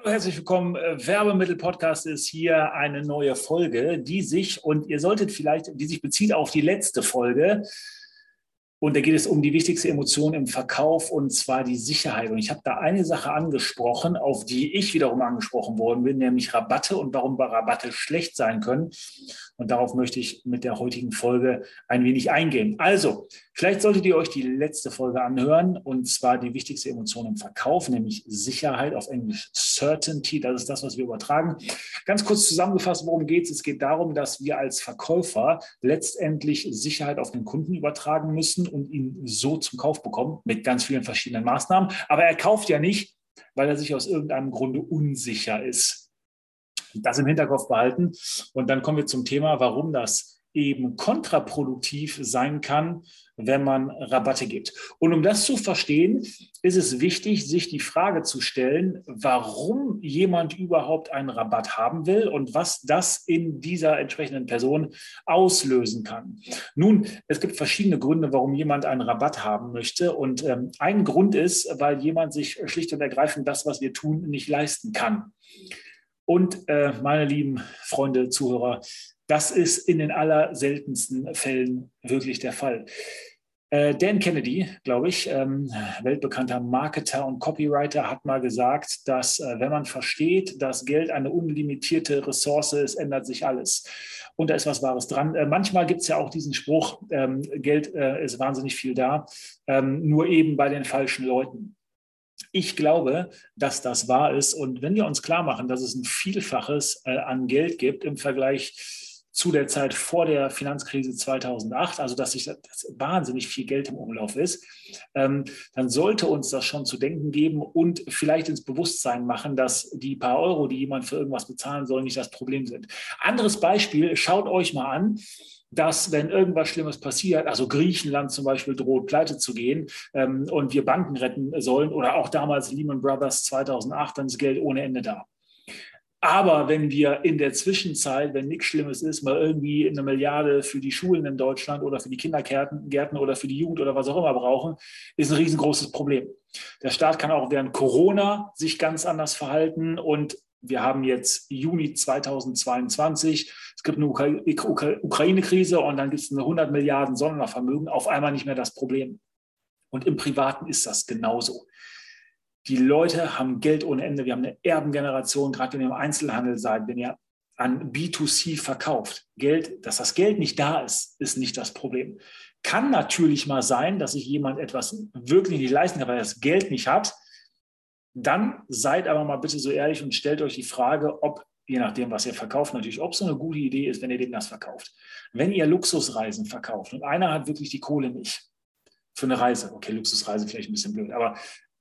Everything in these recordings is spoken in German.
Herzlich willkommen. Werbemittel-Podcast ist hier eine neue Folge, die sich bezieht auf die letzte Folge. Und da geht es um die wichtigste Emotion im Verkauf, und zwar die Sicherheit. Und ich habe da eine Sache angesprochen, auf die ich wiederum angesprochen worden bin, nämlich Rabatte und warum Rabatte schlecht sein können. Und darauf möchte ich mit der heutigen Folge ein wenig eingehen. Also, vielleicht solltet ihr euch die letzte Folge anhören, und zwar die wichtigste Emotion im Verkauf, nämlich Sicherheit, auf Englisch Certainty. Das ist das, was wir übertragen. Ganz kurz zusammengefasst, worum geht es? Es geht darum, dass wir als Verkäufer letztendlich Sicherheit auf den Kunden übertragen müssen und ihn so zum Kauf bekommen, mit ganz vielen verschiedenen Maßnahmen. Aber er kauft ja nicht, weil er sich aus irgendeinem Grunde unsicher ist. Das im Hinterkopf behalten. Und dann kommen wir zum Thema, warum das eben kontraproduktiv sein kann, wenn man Rabatte gibt. Und um das zu verstehen, ist es wichtig, sich die Frage zu stellen, warum jemand überhaupt einen Rabatt haben will und was das in dieser entsprechenden Person auslösen kann. Nun, es gibt verschiedene Gründe, warum jemand einen Rabatt haben möchte. Und ein Grund ist, weil jemand sich schlicht und ergreifend das, was wir tun, nicht leisten kann. Und meine lieben Freunde, Zuhörer, das ist in den allerseltensten Fällen wirklich der Fall. Dan Kennedy, glaube ich, weltbekannter Marketer und Copywriter, hat mal gesagt, dass wenn man versteht, dass Geld eine unlimitierte Ressource ist, ändert sich alles. Und da ist was Wahres dran. Manchmal gibt es ja auch diesen Spruch, Geld ist wahnsinnig viel da, nur eben bei den falschen Leuten. Ich glaube, dass das wahr ist. Und wenn wir uns klar machen, dass es ein Vielfaches an Geld gibt im Vergleich zu der Zeit vor der Finanzkrise 2008, also dass wahnsinnig viel Geld im Umlauf ist, dann sollte uns das schon zu denken geben und vielleicht ins Bewusstsein machen, dass die paar Euro, die jemand für irgendwas bezahlen soll, nicht das Problem sind. Anderes Beispiel, schaut euch mal an, dass, wenn irgendwas Schlimmes passiert, also Griechenland zum Beispiel droht, pleite zu gehen und wir Banken retten sollen, oder auch damals Lehman Brothers 2008, dann ist Geld ohne Ende da. Aber wenn wir in der Zwischenzeit, wenn nichts Schlimmes ist, mal irgendwie 1 Milliarde für die Schulen in Deutschland oder für die Kindergärten oder für die Jugend oder was auch immer brauchen, ist ein riesengroßes Problem. Der Staat kann auch während Corona sich ganz anders verhalten, und wir haben jetzt Juni 2022, es gibt eine Ukraine-Krise und dann gibt es eine 100 Milliarden Sondervermögen, auf einmal nicht mehr das Problem. Und im Privaten ist das genauso. Die Leute haben Geld ohne Ende. Wir haben eine Erbengeneration, gerade wenn ihr im Einzelhandel seid, wenn ihr an B2C verkauft. Dass das Geld nicht da ist, ist nicht das Problem. Kann natürlich mal sein, dass sich jemand etwas wirklich nicht leisten kann, weil er das Geld nicht hat. Dann seid aber mal bitte so ehrlich und stellt euch die Frage, ob, je nachdem, was ihr verkauft, natürlich, ob es so eine gute Idee ist, wenn ihr dem das verkauft. Wenn ihr Luxusreisen verkauft und einer hat wirklich die Kohle nicht für eine Reise, okay, Luxusreise vielleicht ein bisschen blöd, aber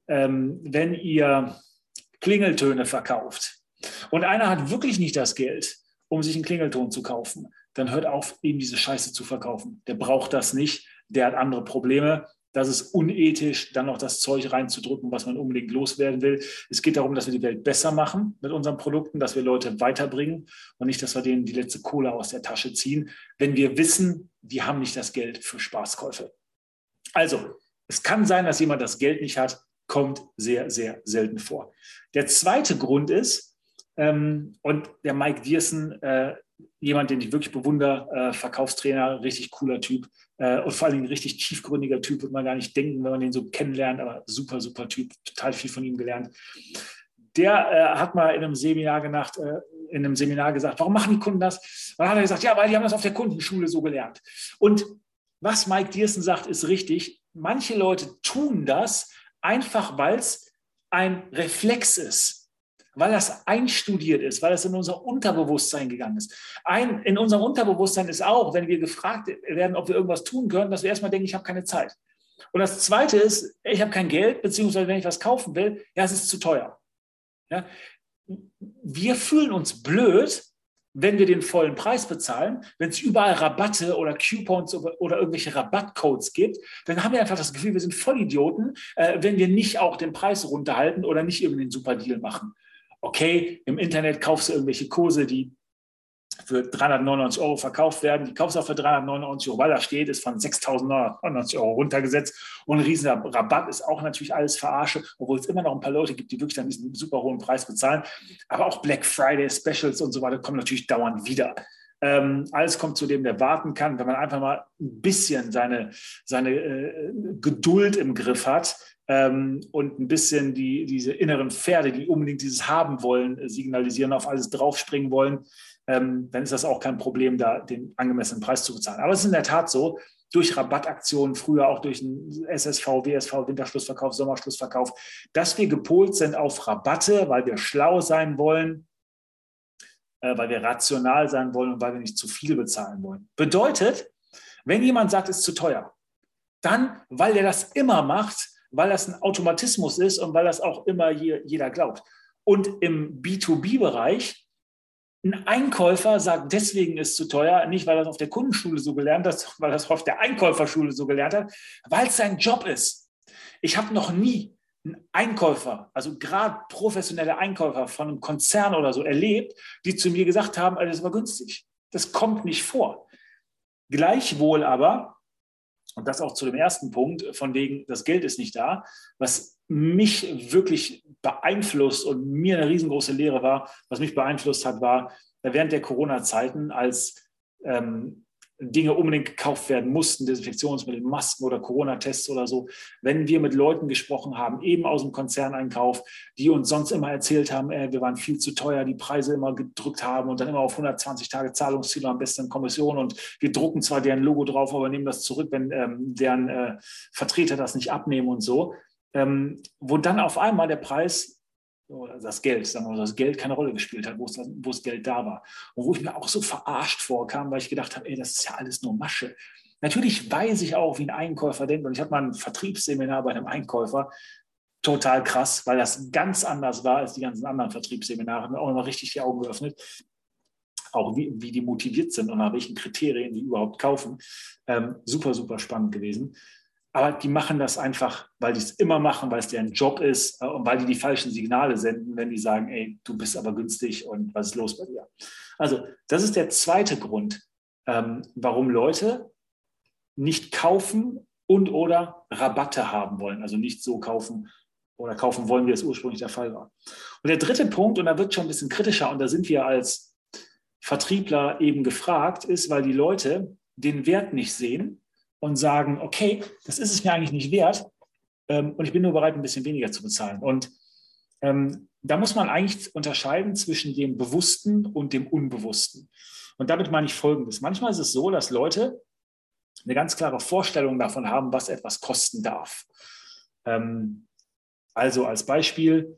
wenn ihr Klingeltöne verkauft und einer hat wirklich nicht das Geld, um sich einen Klingelton zu kaufen, dann hört auf, ihm diese Scheiße zu verkaufen. Der braucht das nicht, der hat andere Probleme. Das ist unethisch, dann noch das Zeug reinzudrücken, was man unbedingt loswerden will. Es geht darum, dass wir die Welt besser machen mit unseren Produkten, dass wir Leute weiterbringen und nicht, dass wir denen die letzte Kohle aus der Tasche ziehen, wenn wir wissen, die haben nicht das Geld für Spaßkäufe. Also, es kann sein, dass jemand das Geld nicht hat, kommt sehr, sehr selten vor. Der zweite Grund ist, und der Mike Dierson, jemand, den ich wirklich bewundere, Verkaufstrainer, richtig cooler Typ und vor allem ein richtig tiefgründiger Typ, würde man gar nicht denken, wenn man den so kennenlernt, aber super, super Typ, total viel von ihm gelernt. Der hat mal in einem Seminar gesagt, warum machen die Kunden das? Dann hat er gesagt, ja, weil die haben das auf der Kundenschule so gelernt. Und was Mike Dierson sagt, ist richtig. Manche Leute tun das einfach, weil es ein Reflex ist, weil das einstudiert ist, weil das in unser Unterbewusstsein gegangen ist. In unserem Unterbewusstsein ist auch, wenn wir gefragt werden, ob wir irgendwas tun können, dass wir erstmal denken, ich habe keine Zeit. Und das Zweite ist, ich habe kein Geld, beziehungsweise wenn ich was kaufen will, ja, es ist zu teuer. Ja? Wir fühlen uns blöd, wenn wir den vollen Preis bezahlen, wenn es überall Rabatte oder Coupons oder irgendwelche Rabattcodes gibt, dann haben wir einfach das Gefühl, wir sind Vollidioten, wenn wir nicht auch den Preis runterhalten oder nicht irgendeinen super Deal machen. Okay, im Internet kaufst du irgendwelche Kurse, die für 399 € verkauft werden. Die kaufst du auch für 399 €, weil da steht, ist von 6.999 € runtergesetzt. Und ein riesen Rabatt ist auch natürlich alles Verarsche, obwohl es immer noch ein paar Leute gibt, die wirklich dann diesen super hohen Preis bezahlen. Aber auch Black Friday Specials und so weiter kommen natürlich dauernd wieder. Alles kommt zu dem, der warten kann. Wenn man einfach mal ein bisschen seine Geduld im Griff hat und ein bisschen diese inneren Pferde, die unbedingt dieses haben wollen, signalisieren, auf alles draufspringen wollen, dann ist das auch kein Problem, da den angemessenen Preis zu bezahlen. Aber es ist in der Tat so, durch Rabattaktionen, früher auch durch den SSV, WSV, Winterschlussverkauf, Sommerschlussverkauf, dass wir gepolt sind auf Rabatte, weil wir schlau sein wollen, weil wir rational sein wollen und weil wir nicht zu viel bezahlen wollen. Bedeutet, wenn jemand sagt, es ist zu teuer, dann, weil er das immer macht, weil das ein Automatismus ist und weil das auch immer jeder glaubt. Und im B2B-Bereich, ein Einkäufer sagt, deswegen ist es zu teuer, nicht weil er es auf der Kundenschule so gelernt hat, weil er es auf der Einkäuferschule so gelernt hat, weil es sein Job ist. Ich habe noch nie einen Einkäufer, also gerade professionelle Einkäufer von einem Konzern oder so erlebt, die zu mir gesagt haben, das war günstig. Das kommt nicht vor. Gleichwohl aber, und das auch zu dem ersten Punkt, von wegen, das Geld ist nicht da, was mich wirklich beeinflusst und mir eine riesengroße Lehre war, was mich beeinflusst hat, war während der Corona-Zeiten, als Dinge unbedingt gekauft werden mussten, Desinfektionsmittel, Masken oder Corona-Tests oder so, wenn wir mit Leuten gesprochen haben, eben aus dem Konzerneinkauf, die uns sonst immer erzählt haben, wir waren viel zu teuer, die Preise immer gedrückt haben und dann immer auf 120 Tage Zahlungsziele, am besten in Kommission und wir drucken zwar deren Logo drauf, aber nehmen das zurück, wenn deren Vertreter das nicht abnehmen und so, wo dann auf einmal der Preis oder das Geld, sagen wir mal, das Geld keine Rolle gespielt hat, wo das Geld da war. Und wo ich mir auch so verarscht vorkam, weil ich gedacht habe, das ist ja alles nur Masche. Natürlich weiß ich auch, wie ein Einkäufer denkt. Und ich hatte mal ein Vertriebsseminar bei einem Einkäufer, total krass, weil das ganz anders war als die ganzen anderen Vertriebsseminare. Hat mir auch immer richtig die Augen geöffnet. Auch wie die motiviert sind und nach welchen Kriterien die überhaupt kaufen. Super, super spannend gewesen. Aber die machen das einfach, weil die es immer machen, weil es deren Job ist und weil die falschen Signale senden, wenn die sagen, du bist aber günstig und was ist los bei dir? Also das ist der zweite Grund, warum Leute nicht kaufen und oder Rabatte haben wollen. Also nicht so kaufen oder kaufen wollen, wie es ursprünglich der Fall war. Und der dritte Punkt, und da wird schon ein bisschen kritischer, und da sind wir als Vertriebler eben gefragt, ist, weil die Leute den Wert nicht sehen, und sagen, okay, das ist es mir eigentlich nicht wert und ich bin nur bereit, ein bisschen weniger zu bezahlen. Und da muss man eigentlich unterscheiden zwischen dem Bewussten und dem Unbewussten. Und damit meine ich Folgendes. Manchmal ist es so, dass Leute eine ganz klare Vorstellung davon haben, was etwas kosten darf. Also als Beispiel,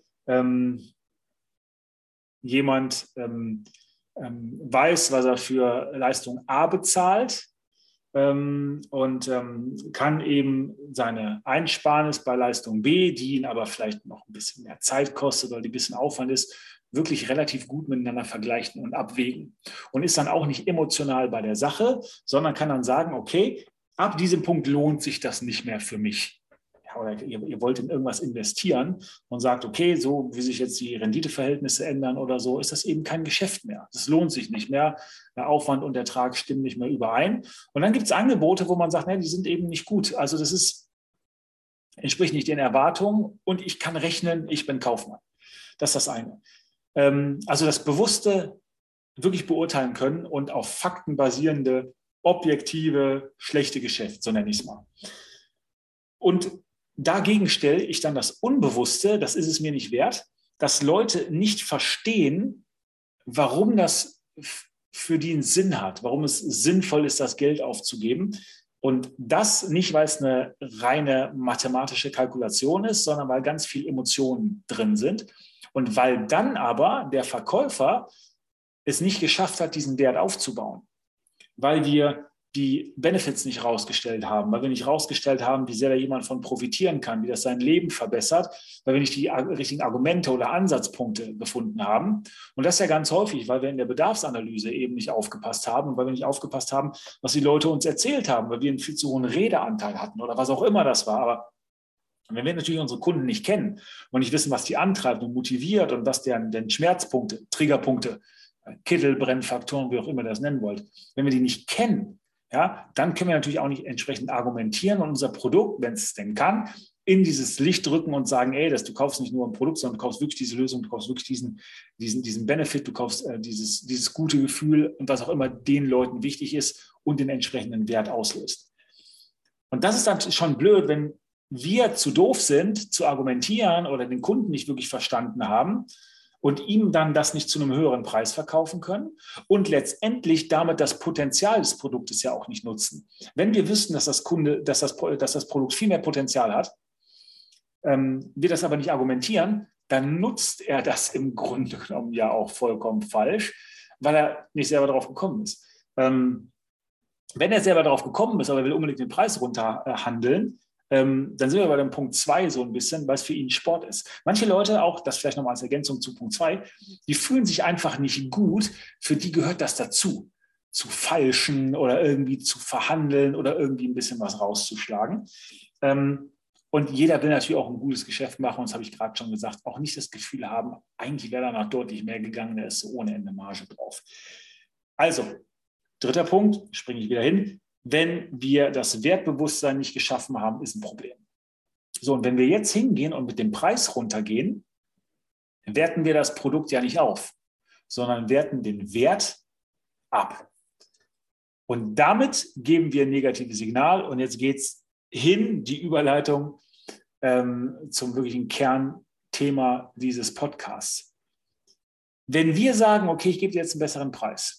jemand weiß, was er für Leistung A bezahlt, und kann eben seine Einsparnis bei Leistung B, die ihn aber vielleicht noch ein bisschen mehr Zeit kostet oder die ein bisschen Aufwand ist, wirklich relativ gut miteinander vergleichen und abwägen. Und ist dann auch nicht emotional bei der Sache, sondern kann dann sagen, okay, ab diesem Punkt lohnt sich das nicht mehr für mich. Oder ihr wollt in irgendwas investieren und sagt, okay, so wie sich jetzt die Renditeverhältnisse ändern oder so, ist das eben kein Geschäft mehr. Das lohnt sich nicht mehr. Der Aufwand und Ertrag stimmen nicht mehr überein. Und dann gibt es Angebote, wo man sagt, die sind eben nicht gut. Also entspricht nicht den Erwartungen und ich kann rechnen, ich bin Kaufmann. Das ist das eine. Also das Bewusste wirklich beurteilen können und auf Fakten basierende, objektive, schlechte Geschäft, so nenne ich es mal. Und dagegen stelle ich dann das Unbewusste, das ist es mir nicht wert, dass Leute nicht verstehen, warum das für die einen Sinn hat, warum es sinnvoll ist, das Geld aufzugeben. Und das nicht, weil es eine reine mathematische Kalkulation ist, sondern weil ganz viel Emotionen drin sind. Und weil dann aber der Verkäufer es nicht geschafft hat, diesen Wert aufzubauen. Weil wir die Benefits nicht rausgestellt haben, weil wir nicht rausgestellt haben, wie sehr da jemand von profitieren kann, wie das sein Leben verbessert, weil wir nicht die richtigen Argumente oder Ansatzpunkte gefunden haben. Und das ist ja ganz häufig, weil wir in der Bedarfsanalyse eben nicht aufgepasst haben und weil wir nicht aufgepasst haben, was die Leute uns erzählt haben, weil wir einen viel zu hohen Redeanteil hatten oder was auch immer das war. Aber wenn wir natürlich unsere Kunden nicht kennen und nicht wissen, was die antreibt und motiviert und was deren Schmerzpunkte, Triggerpunkte Kittelbrennfaktoren, wie auch immer ihr das nennen wollt. Wenn wir die nicht kennen, ja, dann können wir natürlich auch nicht entsprechend argumentieren und unser Produkt, wenn es denn kann, in dieses Licht drücken und sagen, ey, du kaufst nicht nur ein Produkt, sondern du kaufst wirklich diese Lösung, du kaufst wirklich diesen Benefit, du kaufst dieses gute Gefühl und was auch immer den Leuten wichtig ist und den entsprechenden Wert auslöst. Und das ist dann schon blöd, wenn wir zu doof sind, zu argumentieren oder den Kunden nicht wirklich verstanden haben und ihm dann das nicht zu einem höheren Preis verkaufen können und letztendlich damit das Potenzial des Produktes ja auch nicht nutzen. Wenn wir wüssten, dass das Produkt viel mehr Potenzial hat, wir das aber nicht argumentieren, dann nutzt er das im Grunde genommen ja auch vollkommen falsch, weil er nicht selber darauf gekommen ist. Wenn er selber darauf gekommen ist, aber er will unbedingt den Preis runterhandeln, dann sind wir bei dem Punkt 2 so ein bisschen, weil es für ihn Sport ist. Manche Leute, auch das vielleicht nochmal als Ergänzung zu Punkt 2, die fühlen sich einfach nicht gut, für die gehört das dazu, zu falschen oder irgendwie zu verhandeln oder irgendwie ein bisschen was rauszuschlagen. Und jeder will natürlich auch ein gutes Geschäft machen, und das habe ich gerade schon gesagt, auch nicht das Gefühl haben, eigentlich wäre danach deutlich mehr gegangen, da ist so ohne Ende Marge drauf. Also, dritter Punkt, springe ich wieder hin. Wenn wir das Wertbewusstsein nicht geschaffen haben, ist ein Problem. So, und wenn wir jetzt hingehen und mit dem Preis runtergehen, werten wir das Produkt ja nicht auf, sondern werten den Wert ab. Und damit geben wir ein negatives Signal. Und jetzt geht es hin, die Überleitung zum wirklichen Kernthema dieses Podcasts. Wenn wir sagen, okay, ich gebe dir jetzt einen besseren Preis,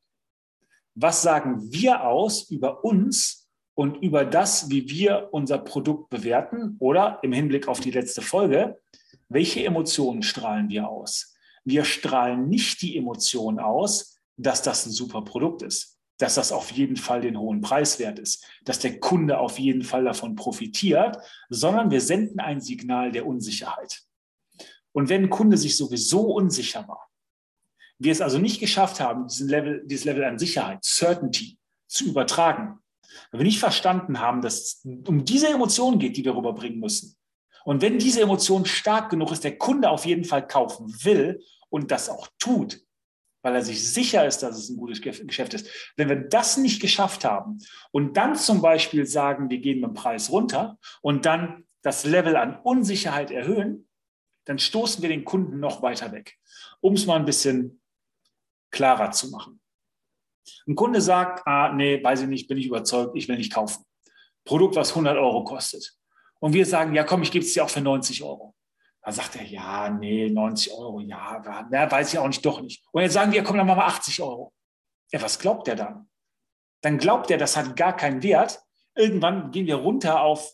was sagen wir aus über uns und über das, wie wir unser Produkt bewerten? Oder im Hinblick auf die letzte Folge, welche Emotionen strahlen wir aus? Wir strahlen nicht die Emotion aus, dass das ein super Produkt ist, dass das auf jeden Fall den hohen Preis wert ist, dass der Kunde auf jeden Fall davon profitiert, sondern wir senden ein Signal der Unsicherheit. Und wenn ein Kunde sich sowieso unsicher war, wir es also nicht geschafft haben, dieses Level an Sicherheit, Certainty, zu übertragen, weil wir nicht verstanden haben, dass es um diese Emotionen geht, die wir rüberbringen müssen. Und wenn diese Emotion stark genug ist, der Kunde auf jeden Fall kaufen will und das auch tut, weil er sich sicher ist, dass es ein gutes Geschäft ist. Wenn wir das nicht geschafft haben und dann zum Beispiel sagen, wir gehen mit dem Preis runter und dann das Level an Unsicherheit erhöhen, dann stoßen wir den Kunden noch weiter weg. Um es mal ein bisschen klarer zu machen. Ein Kunde sagt, nee, weiß ich nicht, bin ich überzeugt, ich will nicht kaufen. Produkt, was 100 Euro kostet. Und wir sagen, ja komm, ich gebe es dir auch für 90 Euro. Dann sagt er, ja, nee, 90 Euro, ja, weiß ich auch nicht, doch nicht. Und jetzt sagen wir, komm, dann machen wir 80 Euro. Ja, was glaubt der dann? Dann glaubt er, das hat gar keinen Wert. Irgendwann gehen wir runter auf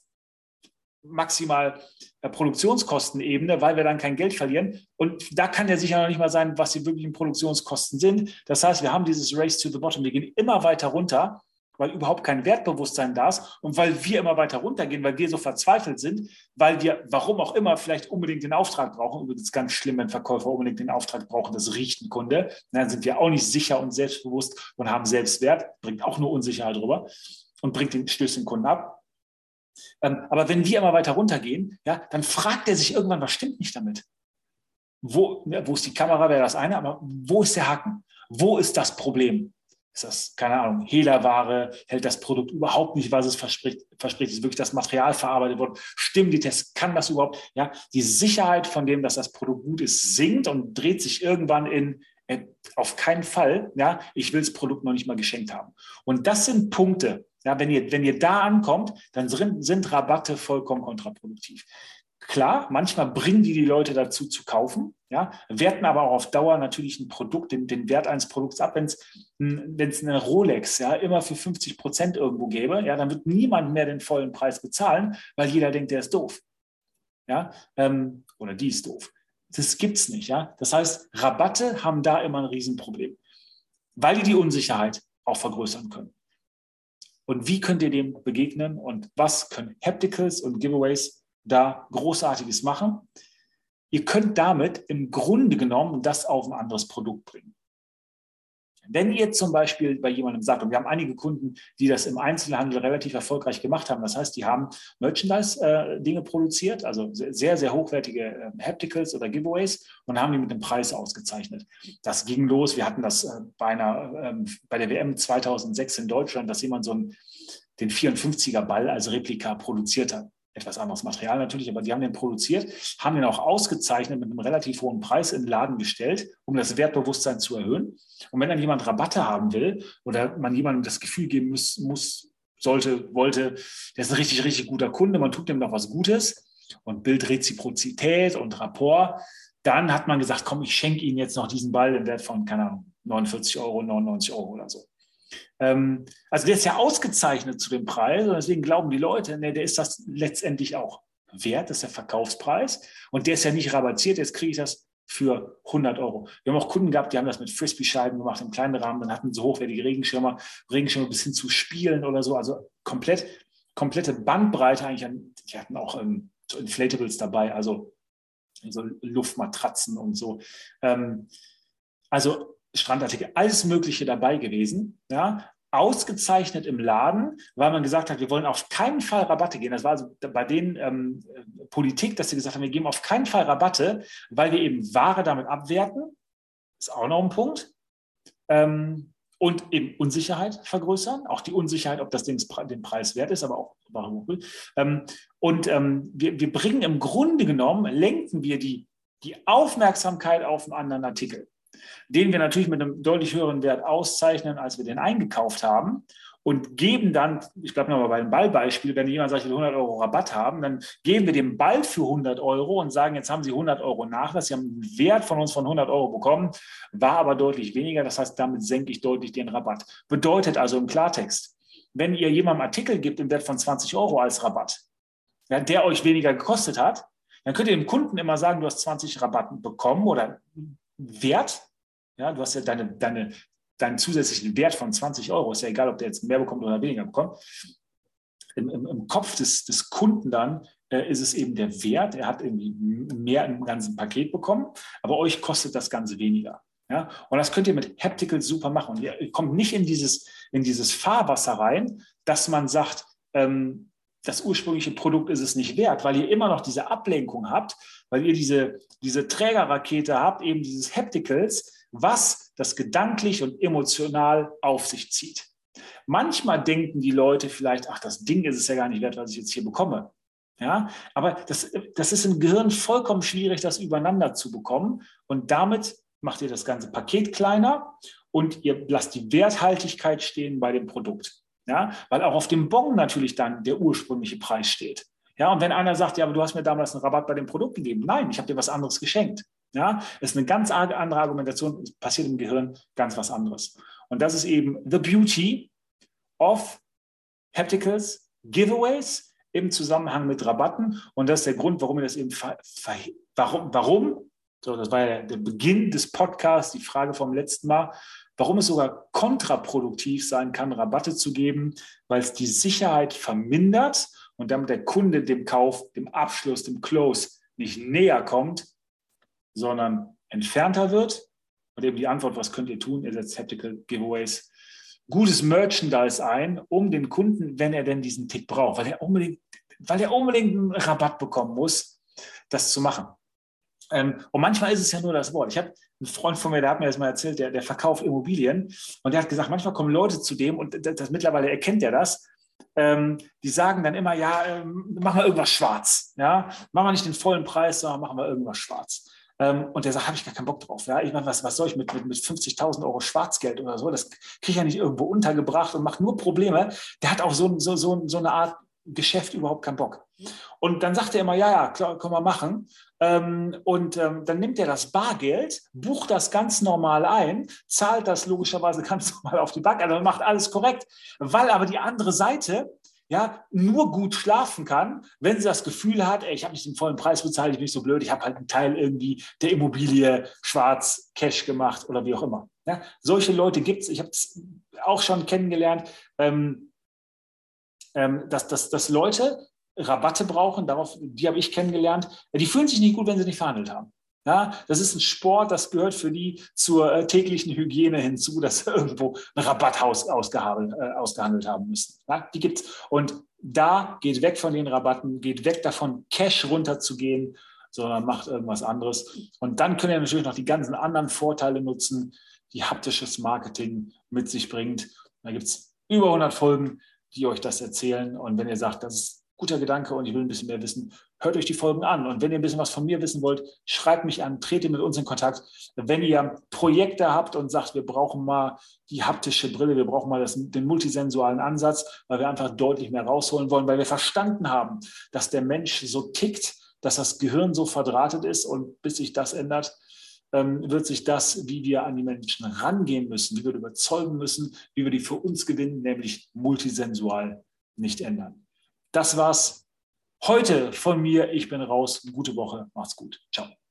maximal Produktionskostenebene, weil wir dann kein Geld verlieren. Und da kann ja sicher noch nicht mal sein, was die wirklichen Produktionskosten sind. Das heißt, wir haben dieses Race to the Bottom. Wir gehen immer weiter runter, weil überhaupt kein Wertbewusstsein da ist und weil wir immer weiter runtergehen, weil wir so verzweifelt sind, weil wir, warum auch immer, vielleicht unbedingt den Auftrag brauchen. Übrigens ganz schlimm, wenn Verkäufer unbedingt den Auftrag brauchen, das riecht ein Kunde. Dann sind wir auch nicht sicher und selbstbewusst und haben Selbstwert, bringt auch nur Unsicherheit rüber und stößt den Kunden ab. Aber wenn wir immer weiter runtergehen, ja, dann fragt er sich irgendwann, was stimmt nicht damit? Wo ist die Kamera, wäre das eine, aber wo ist der Haken? Wo ist das Problem? Ist das, keine Ahnung, Hehlerware? Hält das Produkt überhaupt nicht, was es verspricht? Ist wirklich das Material verarbeitet worden? Stimmen die Tests? Kann das überhaupt? Ja, die Sicherheit von dem, dass das Produkt gut ist, sinkt und dreht sich irgendwann in auf keinen Fall, ja, ich will das Produkt noch nicht mal geschenkt haben. Und das sind Punkte, ja, wenn ihr da ankommt, dann sind Rabatte vollkommen kontraproduktiv. Klar, manchmal bringen die Leute dazu zu kaufen, ja, werten aber auch auf Dauer natürlich ein Produkt, den Wert eines Produkts ab. Wenn es eine Rolex ja, immer für 50% irgendwo gäbe, ja, dann wird niemand mehr den vollen Preis bezahlen, weil jeder denkt, der ist doof. Ja, oder die ist doof. Das gibt es nicht. Ja? Das heißt, Rabatte haben da immer ein Riesenproblem, weil die Unsicherheit auch vergrößern können. Und wie könnt ihr dem begegnen und was können Hapticals und Giveaways da Großartiges machen? Ihr könnt damit im Grunde genommen das auf ein anderes Produkt bringen. Wenn ihr zum Beispiel bei jemandem sagt, und wir haben einige Kunden, die das im Einzelhandel relativ erfolgreich gemacht haben, das heißt, die haben Merchandise-Dinge produziert, also sehr, sehr hochwertige Hapticals oder Giveaways und haben die mit einem Preis ausgezeichnet. Das ging los, wir hatten das bei der WM 2006 in Deutschland, dass jemand den 54er Ball als Replika produziert hat. Etwas anderes Material natürlich, aber die haben den produziert, haben den auch ausgezeichnet mit einem relativ hohen Preis in den Laden gestellt, um das Wertbewusstsein zu erhöhen. Und wenn dann jemand Rabatte haben will oder man jemandem das Gefühl geben wollte, der ist ein richtig, richtig guter Kunde, man tut dem noch was Gutes und Bild Reziprozität und Rapport, dann hat man gesagt, komm, ich schenke Ihnen jetzt noch diesen Ball im Wert von, keine Ahnung, 49 Euro, 99 Euro oder so. Also der ist ja ausgezeichnet zu dem Preis und deswegen glauben die Leute, der ist das letztendlich auch wert, das ist der Verkaufspreis und der ist ja nicht rabattiert, jetzt kriege ich das für 100 Euro. Wir haben auch Kunden gehabt, die haben das mit Frisbee-Scheiben gemacht im kleinen Rahmen, dann hatten so hochwertige Regenschirme bis hin zu Spielen oder so, also komplette Bandbreite eigentlich. Die hatten auch so Inflatables dabei, also so Luftmatratzen und so. Also Strandartikel, alles Mögliche dabei gewesen, ja, ausgezeichnet im Laden, weil man gesagt hat, wir wollen auf keinen Fall Rabatte gehen. Das war also bei denen Politik, dass sie gesagt haben, wir geben auf keinen Fall Rabatte, weil wir eben Ware damit abwerten. Ist auch noch ein Punkt. Und eben Unsicherheit vergrößern, auch die Unsicherheit, ob das Ding den Preis wert ist, aber auch warum. Wir bringen im Grunde genommen, lenken wir die Aufmerksamkeit auf einen anderen Artikel, den wir natürlich mit einem deutlich höheren Wert auszeichnen, als wir den eingekauft haben und geben dann, ich bleibe nochmal bei dem Ballbeispiel, wenn jemand sagt, ich will 100 Euro Rabatt haben, dann geben wir dem Ball für 100 Euro und sagen, jetzt haben Sie 100 Euro Nachlass, Sie haben einen Wert von uns von 100 Euro bekommen, war aber deutlich weniger, das heißt, damit senke ich deutlich den Rabatt. Bedeutet also im Klartext, wenn ihr jemandem Artikel gibt im Wert von 20 Euro als Rabatt, ja, der euch weniger gekostet hat, dann könnt ihr dem Kunden immer sagen, du hast 20 Rabatten bekommen oder Wert. Ja, du hast ja deinen zusätzlichen Wert von 20 Euro, ist ja egal, ob der jetzt mehr bekommt oder weniger bekommt. Im Kopf des Kunden dann ist es eben der Wert, er hat irgendwie mehr im ganzen Paket bekommen, aber euch kostet das Ganze weniger. Ja? Und das könnt ihr mit Hapticals super machen. Und ihr kommt nicht in dieses Fahrwasser rein, dass man sagt, das ursprüngliche Produkt ist es nicht wert, weil ihr immer noch diese Ablenkung habt, weil ihr diese Trägerrakete habt, eben dieses Hapticals, was das gedanklich und emotional auf sich zieht. Manchmal denken die Leute vielleicht, ach, das Ding ist es ja gar nicht wert, was ich jetzt hier bekomme. Ja, aber das ist im Gehirn vollkommen schwierig, das übereinander zu bekommen. Und damit macht ihr das ganze Paket kleiner und ihr lasst die Werthaltigkeit stehen bei dem Produkt. Ja, weil auch auf dem Bon natürlich dann der ursprüngliche Preis steht. Ja, und wenn einer sagt, ja, aber du hast mir damals einen Rabatt bei dem Produkt gegeben. Nein, ich habe dir was anderes geschenkt. Ja, das ist eine ganz andere Argumentation. Es passiert im Gehirn ganz was anderes. Und das ist eben the beauty of Hapticals, Giveaways im Zusammenhang mit Rabatten. Und das ist der Grund, warum wir das eben warum? So, das war ja der Beginn des Podcasts, die Frage vom letzten Mal. Warum es sogar kontraproduktiv sein kann, Rabatte zu geben, weil es die Sicherheit vermindert und damit der Kunde dem Kauf, dem Abschluss, dem Close nicht näher kommt, sondern entfernter wird. Und eben die Antwort, was könnt ihr tun? Ihr setzt Haptical Giveaways, gutes Merchandise ein, um den Kunden, wenn er denn diesen Tick braucht, weil er unbedingt einen Rabatt bekommen muss, das zu machen. Und manchmal ist es ja nur das Wort. Ich habe einen Freund von mir, der hat mir das mal erzählt, der verkauft Immobilien und der hat gesagt, manchmal kommen Leute zu dem und mittlerweile erkennt er das, die sagen dann immer, ja, machen wir irgendwas schwarz. Ja? Machen wir nicht den vollen Preis, sondern machen wir irgendwas schwarz. Und der sagt, habe ich gar keinen Bock drauf. Ja? Ich meine, was soll ich mit 50.000 Euro Schwarzgeld oder so? Das kriege ich ja nicht irgendwo untergebracht und macht nur Probleme. Der hat auf so eine Art Geschäft überhaupt keinen Bock. Und dann sagt er immer, ja, klar, können wir machen. Dann nimmt er das Bargeld, bucht das ganz normal ein, zahlt das logischerweise ganz normal auf die Bank, also macht alles korrekt, weil aber die andere Seite ja nur gut schlafen kann, wenn sie das Gefühl hat, ey, ich habe nicht den vollen Preis bezahlt, ich bin nicht so blöd, ich habe halt einen Teil irgendwie der Immobilie schwarz Cash gemacht oder wie auch immer. Ja, solche Leute gibt es, ich habe es auch schon kennengelernt, dass Leute Rabatte brauchen, die habe ich kennengelernt, die fühlen sich nicht gut, wenn sie nicht verhandelt haben. Ja, das ist ein Sport, das gehört für die zur täglichen Hygiene hinzu, dass sie irgendwo ein Rabatthaus ausgehandelt haben müssen. Ja, die gibt's. Und da geht weg von den Rabatten, geht weg davon, Cash runterzugehen, sondern macht irgendwas anderes. Und dann könnt ihr natürlich noch die ganzen anderen Vorteile nutzen, die haptisches Marketing mit sich bringt. Da gibt es über 100 Folgen, die euch das erzählen. Und wenn ihr sagt, das ist ein guter Gedanke und ich will ein bisschen mehr wissen, hört euch die Folgen an. Und wenn ihr ein bisschen was von mir wissen wollt, schreibt mich an, tretet mit uns in Kontakt. Wenn ihr Projekte habt und sagt, wir brauchen mal die haptische Brille, wir brauchen mal den multisensualen Ansatz, weil wir einfach deutlich mehr rausholen wollen, weil wir verstanden haben, dass der Mensch so tickt, dass das Gehirn so verdrahtet ist, und bis sich das ändert, wird sich das, wie wir an die Menschen rangehen müssen, wie wir überzeugen müssen, wie wir die für uns gewinnen, nämlich multisensual, nicht ändern. Das war's heute von mir. Ich bin raus. Gute Woche. Macht's gut. Ciao.